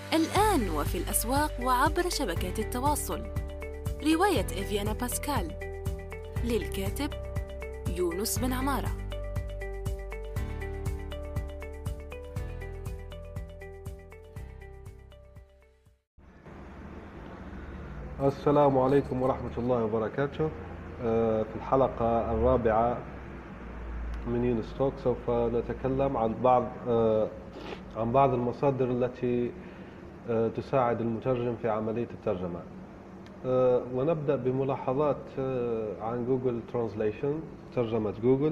الآن وفي الأسواق وعبر شبكات التواصل. رواية إفيانا باسكال للكاتب يونس بن عمارة. السلام عليكم ورحمة الله وبركاته. في الحلقة الرابعة من يونس توك سوف نتكلم عن بعض المصادر التي تساعد المترجم في عملية الترجمة. ونبدأ بملاحظات عن جوجل ترانسليشن، ترجمة جوجل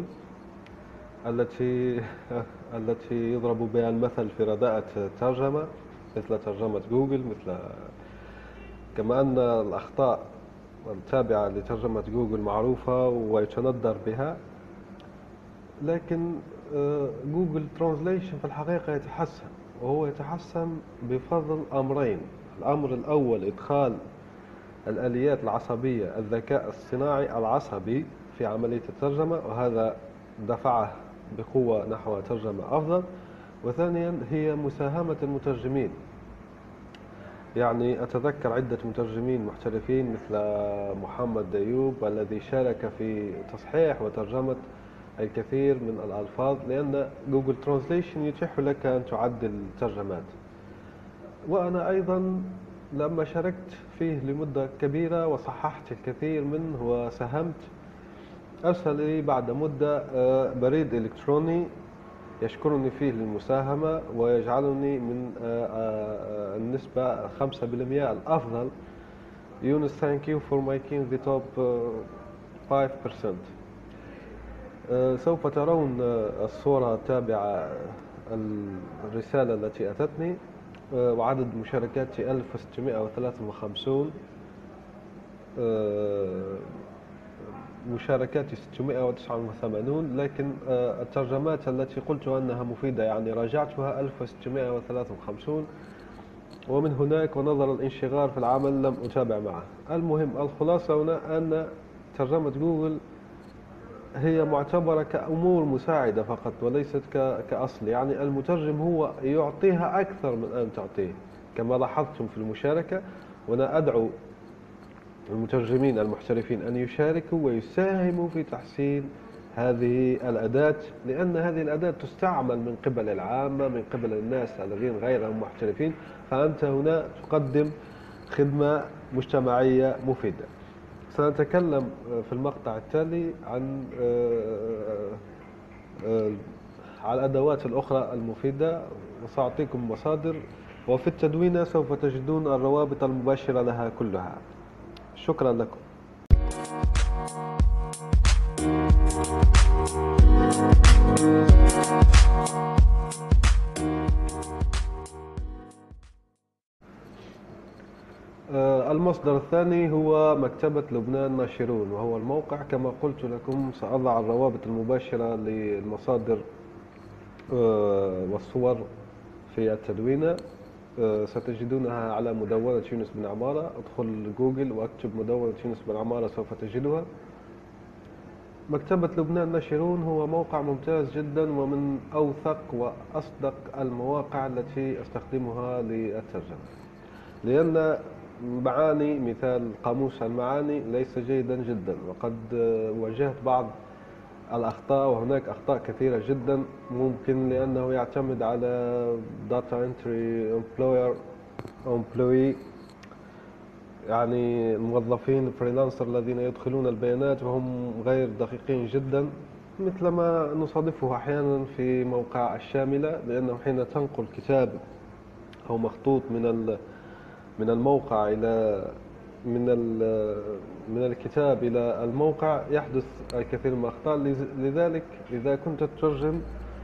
التي يضرب بها المثل في رداءة الترجمة، مثل ترجمة جوجل، كما أن الأخطاء التابعة لترجمة جوجل معروفة ويتندر بها، لكن جوجل ترانسليشن في الحقيقة يتحسن، وهو يتحسن بفضل أمرين. الأمر الأول إدخال الآليات العصبية، الذكاء الصناعي العصبي في عملية الترجمة، وهذا دفعه بقوة نحو ترجمة أفضل. وثانيا هي مساهمة المترجمين. يعني أتذكر عدة مترجمين محترفين مثل محمد ديوب الذي شارك في تصحيح وترجمة الكثير من الألفاظ، لأن جوجل ترانسليشن يتيح لك أن تعدل الترجمات. وأنا أيضا لما شاركت فيه لمدة كبيرة وصححت الكثير منه وساهمت، أرسل لي بعد مدة بريد إلكتروني يشكرني فيه للمساهمة ويجعلني من النسبة 5% الأفضل. Yunus, thank you for making the top 5%. سوف ترون الصورة التابعة الرسالة التي أتتني، وعدد مشاركاتي 1653، مشاركاتي 689، لكن الترجمات التي قلت أنها مفيدة يعني راجعتها 1653، ومن هناك ونظر الانشغال في العمل لم أتابع معه. المهم الخلاصة هنا أن ترجمة جوجل هي معتبرة كأمور مساعدة فقط وليست كأصل، يعني المترجم هو يعطيها أكثر من أن تعطيه كما لاحظتم في المشاركة. وأنا أدعو المترجمين المحترفين أن يشاركوا ويساهموا في تحسين هذه الأداة، لأن هذه الأداة تستعمل من قبل العامة، من قبل الناس الذين غيرهم محترفين، فأنت هنا تقدم خدمة مجتمعية مفيدة. سنتكلم في المقطع التالي عن الأدوات الأخرى المفيدة، وسأعطيكم مصادر، وفي التدوينة سوف تجدون الروابط المباشرة لها كلها. شكرا لكم. المصدر الثاني هو مكتبة لبنان ناشرون، وهو الموقع كما قلت لكم. سأضع الروابط المباشرة للمصادر والصور في التدوينة. ستجدونها على مدونة يونس بن عمارة. ادخل جوجل واكتب مدونة يونس بن عمارة سوف تجدها. مكتبة لبنان ناشرون هو موقع ممتاز جدا ومن أوثق وأصدق المواقع التي أستخدمها للترجمة، لأن معاني مثال قاموس المعاني ليس جيدا جدا، وقد واجهت بعض الأخطاء، وهناك أخطاء كثيرة جدا ممكن لأنه يعتمد على data entry employee، يعني الموظفين الفريلانسر الذين يدخلون البيانات وهم غير دقيقين جدا، مثل ما نصادفه أحيانا في موقع الشاملة، لأنه حين تنقل كتاب أو مخطوط من الموقع إلى من الكتاب إلى الموقع يحدث الكثير من الأخطاء. لذلك إذا كنت تترجم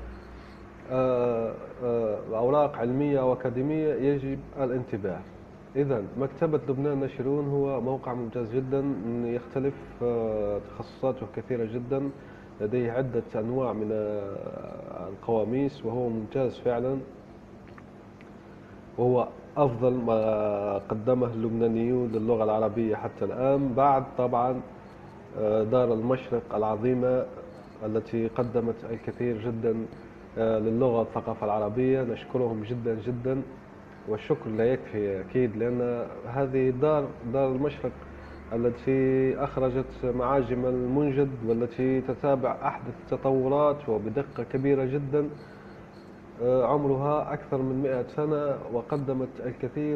أوراق علمية أو أكاديمية يجب الانتباه. إذن مكتبة لبنان ناشرون هو موقع ممتاز جدا، يختلف تخصصاته كثيرة جدا، لديه عدة أنواع من القواميس، وهو ممتاز فعلا، وهو أفضل ما قدمه اللبنانيون للغة العربية حتى الآن، بعد طبعا دار المشرق العظيمة التي قدمت الكثير جدا للغة والثقافة العربية. نشكرهم جدا جدا والشكر لا يكفي أكيد، لأن هذه دار المشرق التي أخرجت معاجم المنجد والتي تتابع أحدث التطورات وبدقة كبيرة جدا، عمرها أكثر من 100 سنة وقدمت الكثير،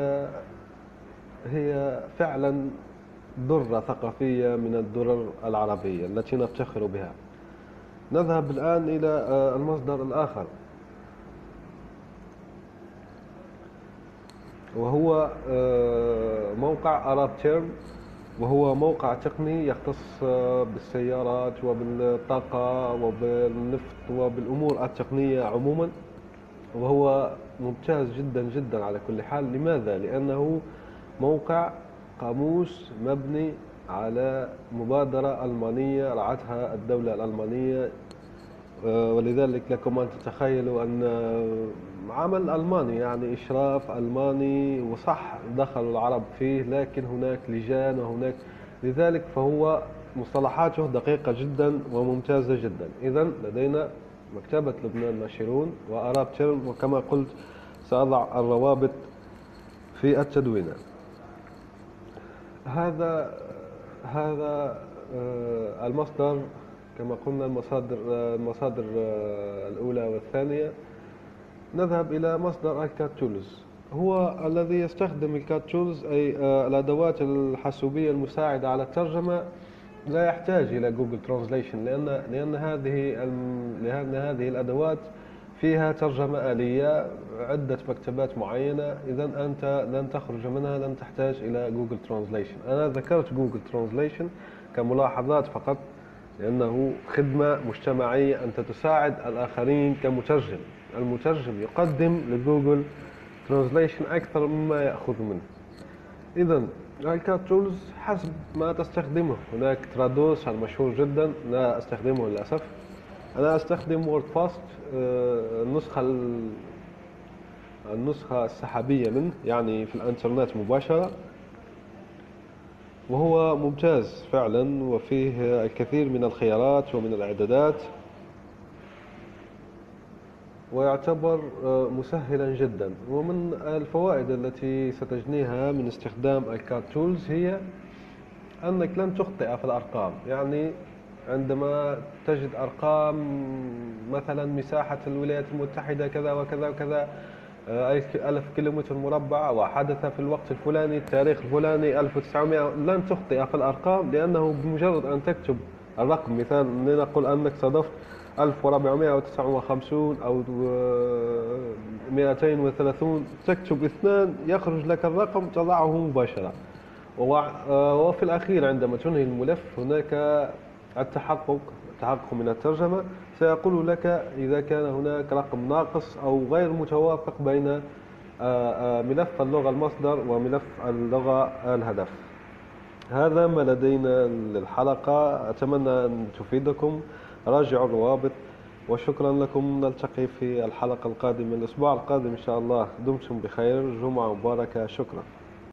وهي فعلا درة ثقافية من الدرر العربية التي نفتخر بها. نذهب الآن إلى المصدر الآخر، وهو موقع أراب تيرم، وهو موقع تقني يختص بالسيارات وبالطاقة وبالنفط وبالأمور التقنية عموما، وهو ممتاز جدا جدا على كل حال. لماذا؟ لأنه موقع قاموس مبني على مبادرة ألمانية رعتها الدولة الألمانية، ولذلك لكم أن تتخيلوا أن عمل ألماني، يعني إشراف ألماني، وصح دخل العرب فيه لكن هناك لجان وهناك، لذلك فهو مصطلحاته دقيقة جدا وممتازة جدا. إذن لدينا مكتبة لبنان ناشرون وأراب تيرم، وكما قلت سأضع الروابط في التدوينة. هذا المصدر كما قلنا، المصادر الأولى والثانية. نذهب إلى مصدر الكات تولز، هو الذي يستخدم الكات تولز، أي الأدوات الحاسوبية المساعدة على الترجمة. لا يحتاج إلى جوجل ترانسليشن، لأن هذه الأدوات فيها ترجمة آلية، عدة مكتبات معينة، إذن أنت لن تخرج منها، لن تحتاج إلى جوجل ترانسليشن. أنا ذكرت جوجل ترانسليشن كملاحظات فقط، لأنه خدمة مجتمعية، أنت تساعد الآخرين كمترجم. المترجم يقدم لجوجل ترانسليشن أكثر مما يأخذ منه. إذن الكات تولز حسب ما تستخدمه. هناك ترادوس المشهور جدا، لا أستخدمه للأسف. أنا أستخدم وورد فاست، النسخة السحابية منه، يعني في الانترنت مباشرة، وهو ممتاز فعلا، وفيه الكثير من الخيارات ومن الإعدادات، ويعتبر مسهلا جدا. ومن الفوائد التي ستجنيها من استخدام الكات تولز هي أنك لن تخطئ في الأرقام. يعني عندما تجد أرقام مثلا مساحة الولايات المتحدة كذا وكذا وكذا، 1000 كيلومتر مربع، وحدث في الوقت الفلاني، التاريخ الفلاني 1900، لن تخطئ في الأرقام، لأنه بمجرد أن تكتب الرقم، مثلا لنقل أنك صادفت 1459 أو 230، تكتب 2 يخرج لك الرقم، تضعه مباشرة. وفي الأخير عندما تنهي الملف هناك التحقق من الترجمة، سيقول لك إذا كان هناك رقم ناقص أو غير متوافق بين ملف اللغة المصدر وملف اللغة الهدف. هذا ما لدينا للحلقة، أتمنى أن تفيدكم. راجعوا الروابط، وشكرا لكم. نلتقي في الحلقة القادمة الأسبوع القادم إن شاء الله. دمتم بخير، جمعة مباركة، شكرا.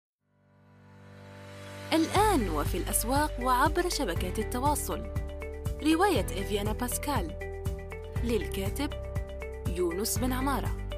الآن وفي الأسواق وعبر شبكات التواصل، رواية إفيانا باسكال، للكاتب يونس بن عمارة.